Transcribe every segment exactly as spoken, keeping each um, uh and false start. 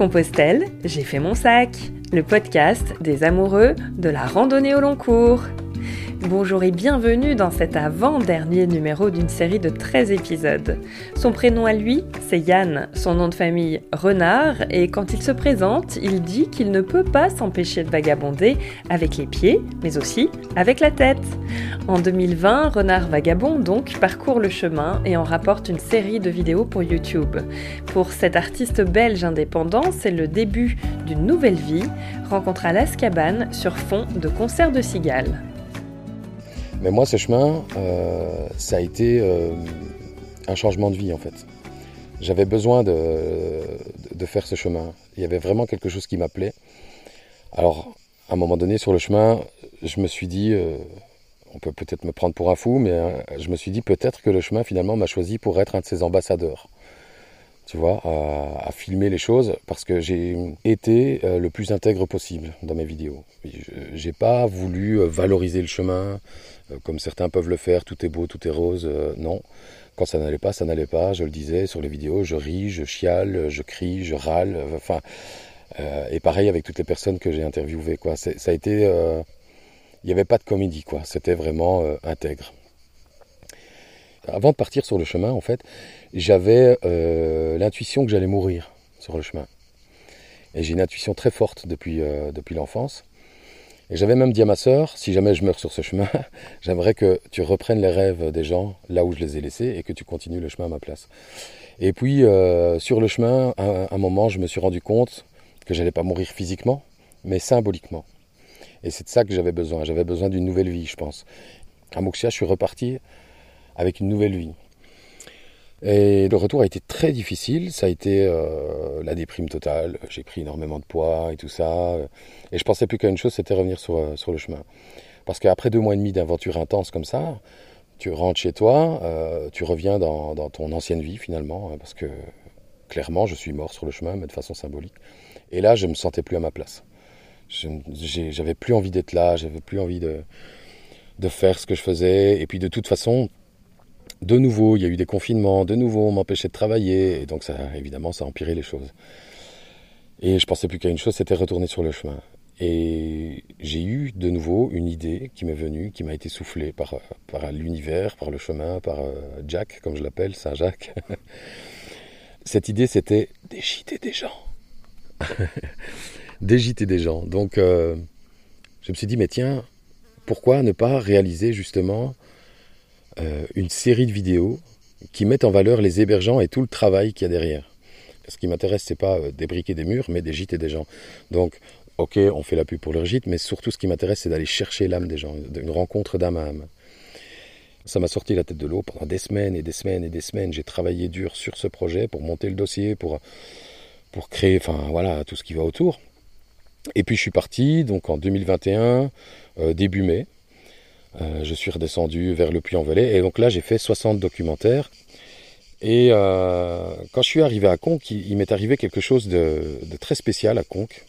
Compostelle, j'ai fait mon sac, le podcast des amoureux de la randonnée au long cours. Bonjour et bienvenue dans cet avant-dernier numéro d'une série de treize épisodes. Son prénom à lui, c'est Yann, son nom de famille Renard, et quand il se présente, il dit qu'il ne peut pas s'empêcher de vagabonder avec les pieds, mais aussi avec la tête. En deux mille vingt, Renard Vagabond donc parcourt le chemin et en rapporte une série de vidéos pour YouTube. Pour cet artiste belge indépendant, c'est le début d'une nouvelle vie, rencontre à l'Azkaban sur fond de concert de cigales. Mais moi, ce chemin, euh, ça a été euh, un changement de vie, en fait. J'avais besoin de, de, de faire ce chemin. Il y avait vraiment quelque chose qui m'appelait. Alors, à un moment donné, sur le chemin, je me suis dit, euh, on peut peut-être me prendre pour un fou, mais euh, je me suis dit peut-être que le chemin, finalement, m'a choisi pour être un de ses ambassadeurs. Tu vois, à, à filmer les choses, parce que j'ai été euh, le plus intègre possible dans mes vidéos. Je n'ai pas voulu euh, valoriser le chemin, euh, comme certains peuvent le faire, tout est beau, tout est rose, euh, non. Quand ça n'allait pas, ça n'allait pas, je le disais sur les vidéos, je ris, je chiale, je crie, je râle, euh, enfin... Euh, et pareil avec toutes les personnes que j'ai interviewées, quoi. C'est, ça a été... Il euh, n'y avait pas de comédie, quoi. C'était vraiment euh, intègre. Avant de partir sur le chemin, en fait, j'avais euh, l'intuition que j'allais mourir sur le chemin. Et j'ai une intuition très forte depuis, euh, depuis l'enfance. Et j'avais même dit à ma sœur, si jamais je meurs sur ce chemin, j'aimerais que tu reprennes les rêves des gens là où je les ai laissés et que tu continues le chemin à ma place. Et puis, euh, sur le chemin, à un moment, je me suis rendu compte que j'allais pas mourir physiquement, mais symboliquement. Et c'est de ça que j'avais besoin. J'avais besoin d'une nouvelle vie, je pense. À Mouksia, je suis reparti avec une nouvelle vie. Et le retour a été très difficile, ça a été euh, la déprime totale, j'ai pris énormément de poids et tout ça, et je pensais plus qu'à une chose, c'était revenir sur, sur le chemin. Parce qu'après deux mois et demi d'aventure intense comme ça, tu rentres chez toi, euh, tu reviens dans, dans ton ancienne vie finalement, parce que clairement je suis mort sur le chemin, mais de façon symbolique. Et là je me sentais plus à ma place. Je, j'ai, j'avais plus envie d'être là, j'avais plus envie de, de faire ce que je faisais, et puis de toute façon... De nouveau, il y a eu des confinements, de nouveau, on m'empêchait de travailler, et donc ça, évidemment, ça a empiré les choses. Et je pensais plus qu'à une chose, c'était retourner sur le chemin. Et j'ai eu de nouveau une idée qui m'est venue, qui m'a été soufflée par, par l'univers, par le chemin, par Jack, comme je l'appelle, Saint-Jacques. Cette idée, c'était des gîtes et des gens. Des gîtes et des gens. Donc, euh, je me suis dit, mais tiens, pourquoi ne pas réaliser justement... Euh, une série de vidéos qui mettent en valeur les hébergeants et tout le travail qu'il y a derrière. Ce qui m'intéresse, c'est pas euh, des briques et des murs, mais des gîtes et des gens. Donc, ok, on fait la pub pour leur gîte, mais surtout ce qui m'intéresse, c'est d'aller chercher l'âme des gens, une rencontre d'âme à âme. Ça m'a sorti la tête de l'eau pendant des semaines et des semaines et des semaines. J'ai travaillé dur sur ce projet pour monter le dossier, pour, pour créer, enfin voilà, tout ce qui va autour. Et puis je suis parti, donc en deux mille vingt et un, euh, début mai. Euh, je suis redescendu vers le Puy-en-Velay et donc là j'ai fait soixante documentaires et euh, quand je suis arrivé à Conques, il, il m'est arrivé quelque chose de, de très spécial à Conques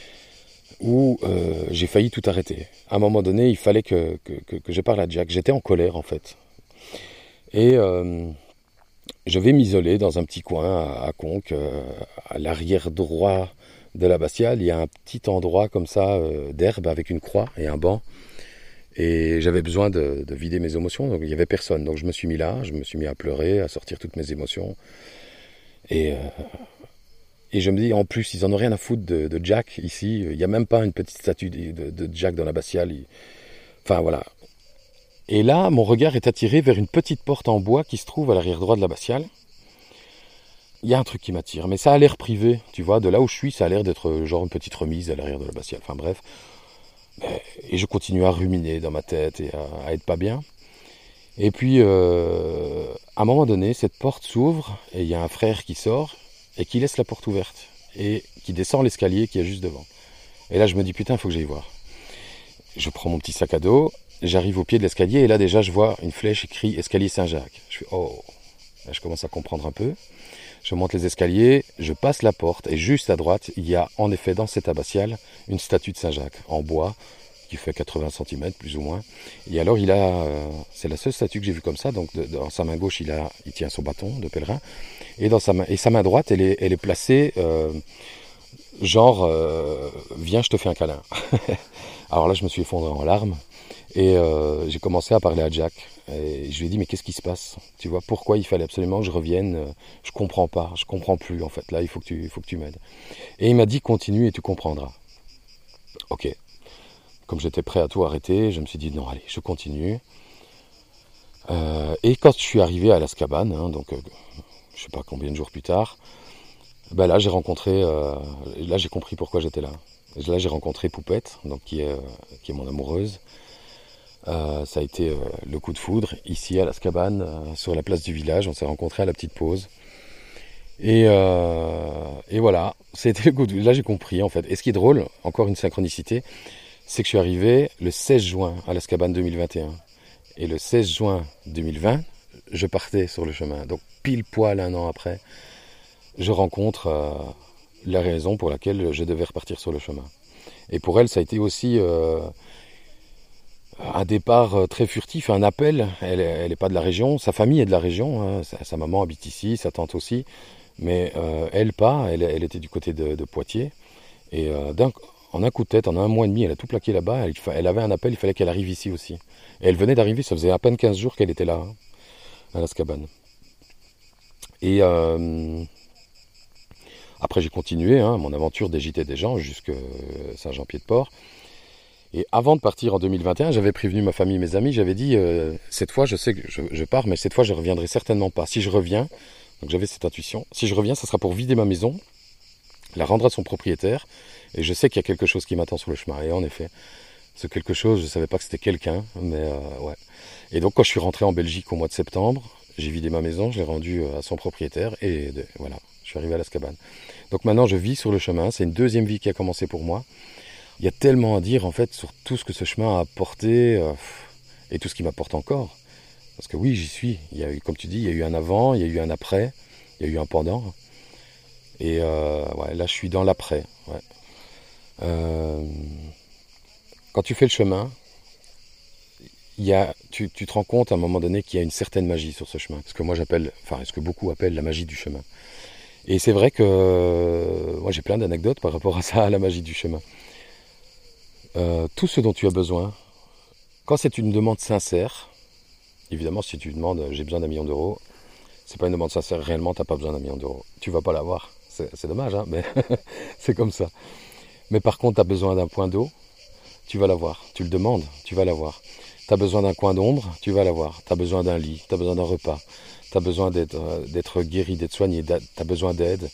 où euh, j'ai failli tout arrêter. À un moment donné il fallait que, que, que, que je parle à Jack, j'étais en colère en fait et euh, je vais m'isoler dans un petit coin à, à Conques, euh, à l'arrière droit de l'abbatiale, il y a un petit endroit comme ça euh, d'herbe avec une croix et un banc. Et j'avais besoin de, de vider mes émotions, donc il n'y avait personne. Donc je me suis mis là, je me suis mis à pleurer, à sortir toutes mes émotions. Et, euh, et je me dis, en plus, ils n'en ont rien à foutre de, de Jack ici. Il n'y a même pas une petite statue de, de, de Jack dans l'abbatiale. Il... Enfin voilà. Et là, mon regard est attiré vers une petite porte en bois qui se trouve à l'arrière droit de l'abbatiale. Il y a un truc qui m'attire, mais ça a l'air privé, tu vois. De là où je suis, ça a l'air d'être genre une petite remise à l'arrière de l'abbatiale. Enfin bref. Et je continue à ruminer dans ma tête et à, à être pas bien. Et puis, euh, à un moment donné, cette porte s'ouvre et il y a un frère qui sort et qui laisse la porte ouverte et qui descend l'escalier qui est juste devant. Et là, je me dis, putain, il faut que j'aille voir. Je prends mon petit sac à dos, j'arrive au pied de l'escalier et là, déjà, je vois une flèche écrit escalier Saint-Jacques. Je fais, oh, là, je commence à comprendre un peu. Je monte les escaliers, je passe la porte et juste à droite, il y a en effet dans cette abbatiale une statue de Saint-Jacques en bois qui fait quatre-vingts centimètres plus ou moins. Et alors il a, euh, c'est la seule statue que j'ai vue comme ça, donc de, dans sa main gauche il a, il tient son bâton de pèlerin et dans sa main, et sa main droite elle est, elle est placée euh, genre, euh, viens, je te fais un câlin. Alors là, je me suis effondré en larmes et euh, j'ai commencé à parler à Jack. Et je lui ai dit, mais qu'est-ce qui se passe? Tu vois, pourquoi il fallait absolument que je revienne? Je comprends pas, je comprends plus en fait. Là, il faut que tu, il faut que tu m'aides. Et il m'a dit, continue et tu comprendras. Ok. Comme j'étais prêt à tout arrêter, je me suis dit, non, allez, je continue. Euh, et quand je suis arrivé à l'Azkaban, hein, donc euh, je sais pas combien de jours plus tard, ben là j'ai rencontré, euh, là j'ai compris pourquoi j'étais là. Là j'ai rencontré Poupette, donc qui est, euh, qui est mon amoureuse. Euh, ça a été euh, le coup de foudre ici à l'Azkaban, euh, sur la place du village. On s'est rencontrés à la petite pause. Et, euh, et voilà, c'était le coup de... Là j'ai compris en fait. Et ce qui est drôle, encore une synchronicité, c'est que je suis arrivé le seize juin à l'Azkaban deux mille vingt et un. Et le seize juin deux mille vingt, je partais sur le chemin. Donc pile poil un an après, je rencontre euh, la raison pour laquelle je devais repartir sur le chemin. Et pour elle, ça a été aussi euh, un départ très furtif, un appel. Elle n'est elle est pas de la région, sa famille est de la région, hein. sa, sa maman habite ici, sa tante aussi. Mais euh, elle pas, elle, elle était du côté de, de Poitiers. Et euh, d'un, en un coup de tête, en un mois et demi, elle a tout plaqué là-bas. Elle, elle avait un appel, il fallait qu'elle arrive ici aussi. Et elle venait d'arriver, ça faisait à peine quinze jours qu'elle était là, hein, à l'Azkaban. Et euh, après j'ai continué, hein, mon aventure des Gîtes des gens jusqu'à Saint-Jean-Pied-de-Port. Et avant de partir en deux mille vingt et un, j'avais prévenu ma famille, mes amis, j'avais dit, euh, cette fois je sais que je, je pars, mais cette fois je reviendrai certainement pas. Si je reviens, donc j'avais cette intuition, si je reviens, ça sera pour vider ma maison, la rendre à son propriétaire, et je sais qu'il y a quelque chose qui m'attend sur le chemin. Et en effet, ce quelque chose, je ne savais pas que c'était quelqu'un, mais euh, ouais. Et donc quand je suis rentré en Belgique au mois de septembre, j'ai vidé ma maison, je l'ai rendue à son propriétaire, et de, voilà, je suis arrivé à l'Azkaban. Donc maintenant je vis sur le chemin, c'est une deuxième vie qui a commencé pour moi. Il y a tellement à dire en fait sur tout ce que ce chemin a apporté, euh, et tout ce qui m'apporte encore. Parce que oui, j'y suis. Il y a eu, comme tu dis, il y a eu un avant, il y a eu un après, il y a eu un pendant. Et euh, ouais, là je suis dans l'après. Ouais. Euh, quand tu fais le chemin, il y a, tu, tu te rends compte à un moment donné qu'il y a une certaine magie sur ce chemin. Ce que moi j'appelle, enfin ce que beaucoup appellent la magie du chemin. Et c'est vrai que moi j'ai plein d'anecdotes par rapport à ça, à la magie du chemin. Euh, tout ce dont tu as besoin, quand c'est une demande sincère, évidemment si tu demandes j'ai besoin d'un million d'euros, c'est pas une demande sincère, réellement t'as pas besoin d'un million d'euros. Tu vas pas l'avoir, c'est, c'est dommage, hein, mais c'est comme ça. Mais par contre, tu as besoin d'un point d'eau, tu vas l'avoir. Tu le demandes, tu vas l'avoir. Tu as besoin d'un coin d'ombre, tu vas l'avoir. Tu as besoin d'un lit, tu as besoin d'un repas. Tu as besoin d'être, d'être guéri, d'être soigné, tu as besoin d'aide.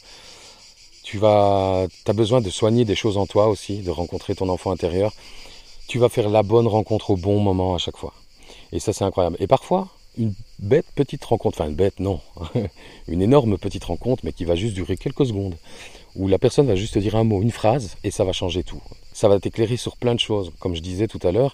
Tu vas, t'as besoin de soigner des choses en toi aussi, de rencontrer ton enfant intérieur. Tu vas faire la bonne rencontre au bon moment à chaque fois. Et ça, c'est incroyable. Et parfois, une bête petite rencontre, enfin une bête, non, une énorme petite rencontre, mais qui va juste durer quelques secondes, où la personne va juste te dire un mot, une phrase, et ça va changer tout. Ça va t'éclairer sur plein de choses. Comme je disais tout à l'heure,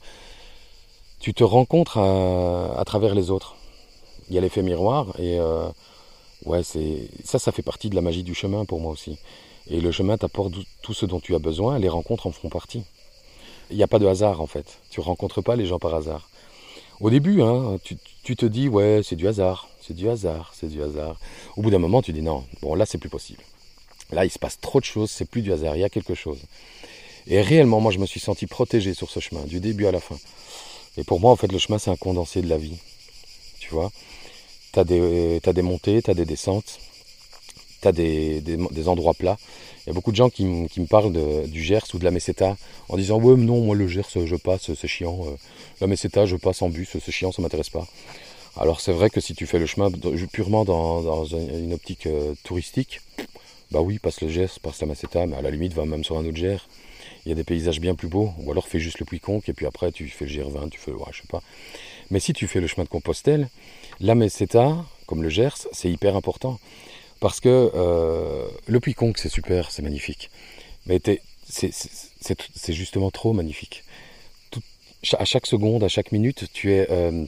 tu te rencontres à, à travers les autres. Il y a l'effet miroir, et euh, ouais, c'est ça, ça fait partie de la magie du chemin pour moi aussi. Et le chemin t'apporte tout ce dont tu as besoin, les rencontres en font partie. Il n'y a pas de hasard en fait, tu ne rencontres pas les gens par hasard. Au début, hein, tu, tu te dis, ouais, c'est du hasard, c'est du hasard, c'est du hasard. Au bout d'un moment, tu dis, non, bon, là, c'est plus possible. Là, il se passe trop de choses, c'est plus du hasard, il y a quelque chose. Et réellement, moi, je me suis senti protégé sur ce chemin, du début à la fin. Et pour moi, en fait, le chemin, c'est un condensé de la vie. Tu vois, t'as des, t'as des montées, t'as des descentes, t'as des, des, des endroits plats. Il y a beaucoup de gens qui, m, qui me parlent de, du Gers ou de la Meseta en disant « Ouais, non, moi le Gers, je passe, c'est chiant. La Meseta, je passe en bus, c'est chiant, ça m'intéresse pas. » Alors c'est vrai que si tu fais le chemin purement dans, dans une optique euh, touristique, bah oui, passe le Gers, passe la Meseta, mais à la limite, va même sur un autre Gers. Il y a des paysages bien plus beaux. Ou alors fais juste le Puy-Conque et puis après tu fais le G R vingt, tu fais le... Ouais, je sais pas. Mais si tu fais le chemin de Compostelle, la Meseta, comme le Gers, c'est hyper important. Parce que euh, le Puy-Conque, c'est super, c'est magnifique. Mais t'es, c'est, c'est, c'est, c'est justement trop magnifique. Tout, à chaque seconde, à chaque minute, tu es, euh,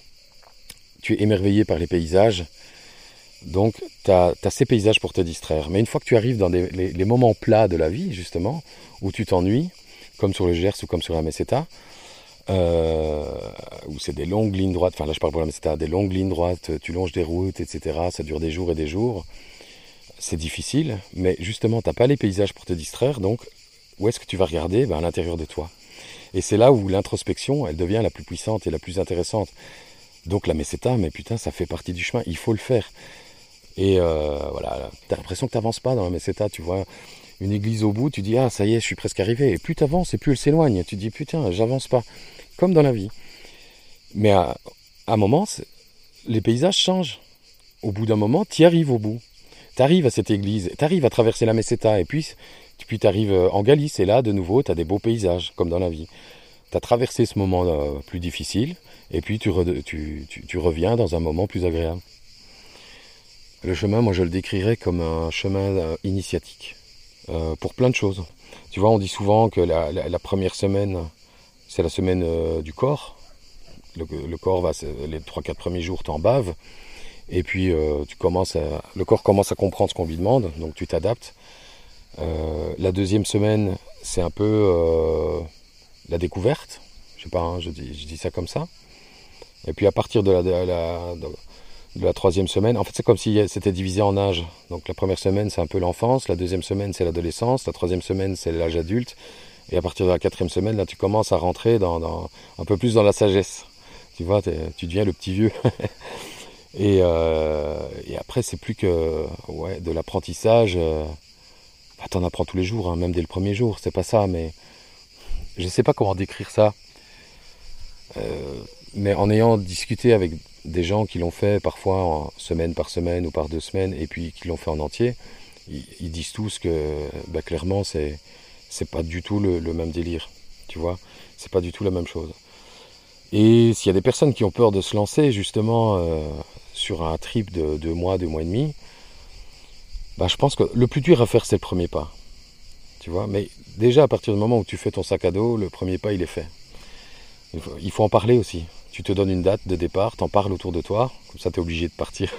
tu es émerveillé par les paysages. Donc, tu as ces paysages pour te distraire. Mais une fois que tu arrives dans des, les, les moments plats de la vie, justement, où tu t'ennuies, comme sur le Gers ou comme sur la Meseta, euh, où c'est des longues lignes droites, enfin là je parle pour la Meseta, des longues lignes droites, tu longes des routes, et cetera. Ça dure des jours et des jours. c'est difficile, mais justement, tu n'as pas les paysages pour te distraire, donc où est-ce que tu vas regarder? Ben, à l'intérieur de toi. Et c'est là où l'introspection, elle devient la plus puissante et la plus intéressante. Donc la meseta, mais putain, ça fait partie du chemin, il faut le faire. Et euh, voilà, tu as l'impression que tu n'avances pas dans la meseta, tu vois une église au bout, tu dis, ah ça y est, je suis presque arrivé. Et plus tu avances, et plus elle s'éloigne. Tu dis, putain, j'avance pas. Comme dans la vie. Mais à, à un moment, les paysages changent. Au bout d'un moment, tu y arrives au bout. Tu arrives à cette église, tu arrives à traverser la meseta, et puis tu arrives en Galice, et là, de nouveau, tu as des beaux paysages, comme dans la vie. Tu as traversé ce moment euh, plus difficile, et puis tu, re, tu, tu, tu reviens dans un moment plus agréable. Le chemin, moi, je le décrirais comme un chemin euh, initiatique, euh, pour plein de choses. Tu vois, on dit souvent que la, la, la première semaine, c'est la semaine euh, du corps. Le, le corps, va, les trois quatre premiers jours, t'en baves. Et puis, euh, tu commences à, le corps commence à comprendre ce qu'on lui demande, donc tu t'adaptes. Euh, la deuxième semaine, c'est un peu euh, la découverte. Je sais pas, hein, je, dis, je dis ça comme ça. Et puis, à partir de la, de la, de la troisième semaine, en fait, c'est comme si c'était divisé en âges. Donc, la première semaine, c'est un peu l'enfance. La deuxième semaine, c'est l'adolescence. La troisième semaine, c'est l'âge adulte. Et à partir de la quatrième semaine, là, tu commences à rentrer dans, dans, un peu plus dans la sagesse. Tu vois, tu deviens le petit vieux. Et, euh, et après, c'est plus que ouais, de l'apprentissage. Euh, bah, t'en apprends tous les jours, hein, même dès le premier jour. C'est pas ça, mais je sais pas comment décrire ça. Euh, mais en ayant discuté avec des gens qui l'ont fait parfois en semaine par semaine ou par deux semaines, et puis qui l'ont fait en entier, ils, ils disent tous que bah, clairement, c'est c'est pas du tout le, le même délire. Tu vois, c'est pas du tout la même chose. Et s'il y a des personnes qui ont peur de se lancer justement euh, sur un trip de deux mois, deux mois et demi, bah, je pense que le plus dur à faire, c'est le premier pas. Tu vois, mais déjà à partir du moment où tu fais ton sac à dos, le premier pas, il est fait. Il faut, il faut en parler aussi. Tu te donnes une date de départ, t'en parles autour de toi, comme ça tu es obligé de partir.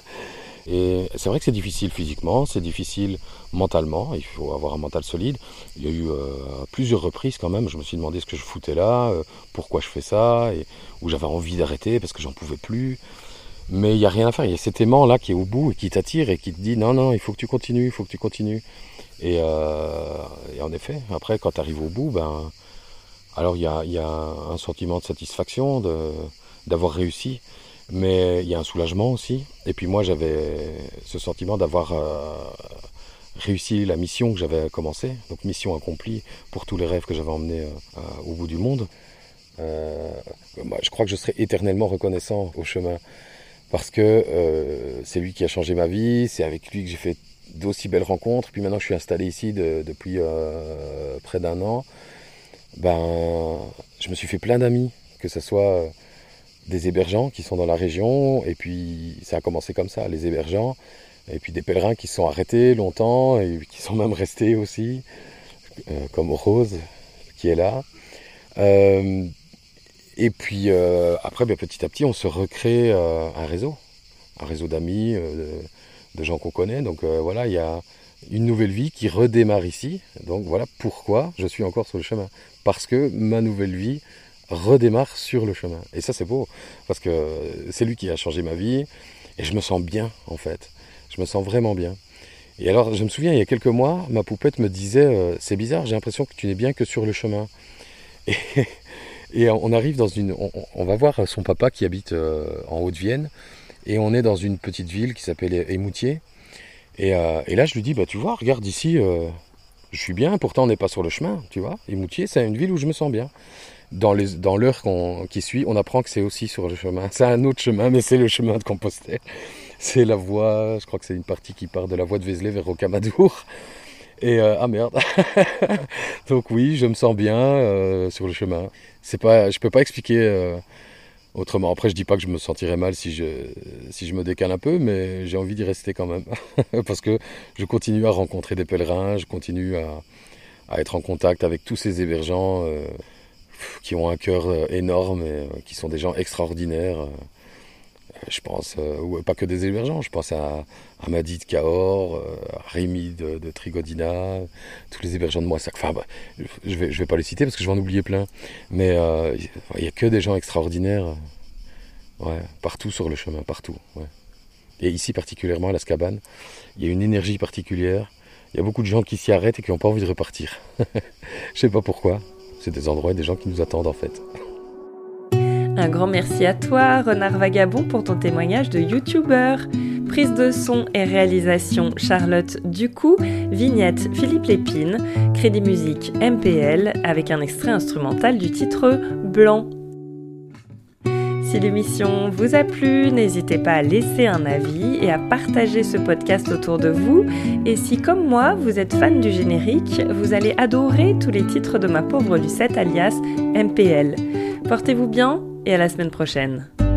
Et c'est vrai que c'est difficile physiquement, c'est difficile mentalement, il faut avoir un mental solide. Il y a eu euh, plusieurs reprises quand même, je me suis demandé ce que je foutais là, euh, pourquoi je fais ça, et, où j'avais envie d'arrêter parce que j'en pouvais plus. Mais il n'y a rien à faire, il y a cet aimant là qui est au bout et qui t'attire et qui te dit non, non, il faut que tu continues, il faut que tu continues. Et, euh, et en effet, après quand tu arrives au bout, ben, alors il y a, y a un sentiment de satisfaction de, d'avoir réussi. Mais il y a un soulagement aussi. Et puis moi, j'avais ce sentiment d'avoir euh, réussi la mission que j'avais commencée. Donc mission accomplie pour tous les rêves que j'avais emmenés euh, au bout du monde. Euh, bah, je crois que je serai éternellement reconnaissant au chemin. Parce que euh, c'est lui qui a changé ma vie. C'est avec lui que j'ai fait d'aussi belles rencontres. Puis maintenant, je suis installé ici de, depuis euh, près d'un an. Ben, je me suis fait plein d'amis. Que ce soit... Euh, des hébergeants qui sont dans la région, et puis ça a commencé comme ça, les hébergeants, et puis des pèlerins qui se sont arrêtés longtemps, et qui sont même restés aussi, euh, comme Rose, qui est là. Euh, et puis euh, après, ben, petit à petit, on se recrée euh, un réseau, un réseau d'amis, euh, de, de gens qu'on connaît, donc euh, voilà, il y a une nouvelle vie qui redémarre ici, donc voilà pourquoi je suis encore sur le chemin, parce que ma nouvelle vie redémarre sur le chemin. Et ça, c'est beau, parce que c'est lui qui a changé ma vie, et je me sens bien, en fait. Je me sens vraiment bien. Et alors, je me souviens, il y a quelques mois, ma poupette me disait euh, « C'est bizarre, j'ai l'impression que tu n'es bien que sur le chemin. » Et, et on arrive dans une... On, on va voir son papa qui habite euh, en Haute-Vienne, et on est dans une petite ville qui s'appelle Émoutier. Et, euh, et là, je lui dis bah, « Tu vois, regarde ici, euh, je suis bien, pourtant on n'est pas sur le chemin, tu vois. Émoutier, c'est une ville où je me sens bien. » Dans, les, dans l'heure qu'on, qui suit, on apprend que c'est aussi sur le chemin. C'est un autre chemin, mais c'est le chemin de Compostelle. C'est la voie, je crois que c'est une partie qui part de la voie de Vézelay vers Rocamadour. Et euh, ah merde. Donc oui, je me sens bien euh, sur le chemin. C'est pas, je peux pas expliquer euh, autrement. Après, je dis pas que je me sentirais mal si je, si je me décale un peu, mais j'ai envie d'y rester quand même. Parce que je continue à rencontrer des pèlerins, je continue à, à être en contact avec tous ces hébergeants. Euh, qui ont un cœur énorme et qui sont des gens extraordinaires. Je pense, euh, pas que des hébergeants, je pense à, à Madi de Cahors, à Rémi de, de Trigodina, tous les hébergeants de Moissac. Enfin, bah, je vais, je vais pas les citer parce que je vais en oublier plein. Mais euh, il n'y a que des gens extraordinaires, ouais, partout sur le chemin, partout. Ouais. Et ici particulièrement à Las Cabanes, il y a une énergie particulière. Il y a beaucoup de gens qui s'y arrêtent et qui n'ont pas envie de repartir. Je sais pas pourquoi. C'est des endroits et des gens qui nous attendent en fait. Un grand merci à toi, Renard Vagabond, pour ton témoignage de youtubeur. Prise de son et réalisation Charlotte Ducou, vignette Philippe Lépine, crédit musique M P L avec un extrait instrumental du titre Blanc. Si l'émission vous a plu, n'hésitez pas à laisser un avis et à partager ce podcast autour de vous. Et si, comme moi, vous êtes fan du générique, vous allez adorer tous les titres de ma pauvre Lucette alias M P L. Portez-vous bien et à la semaine prochaine.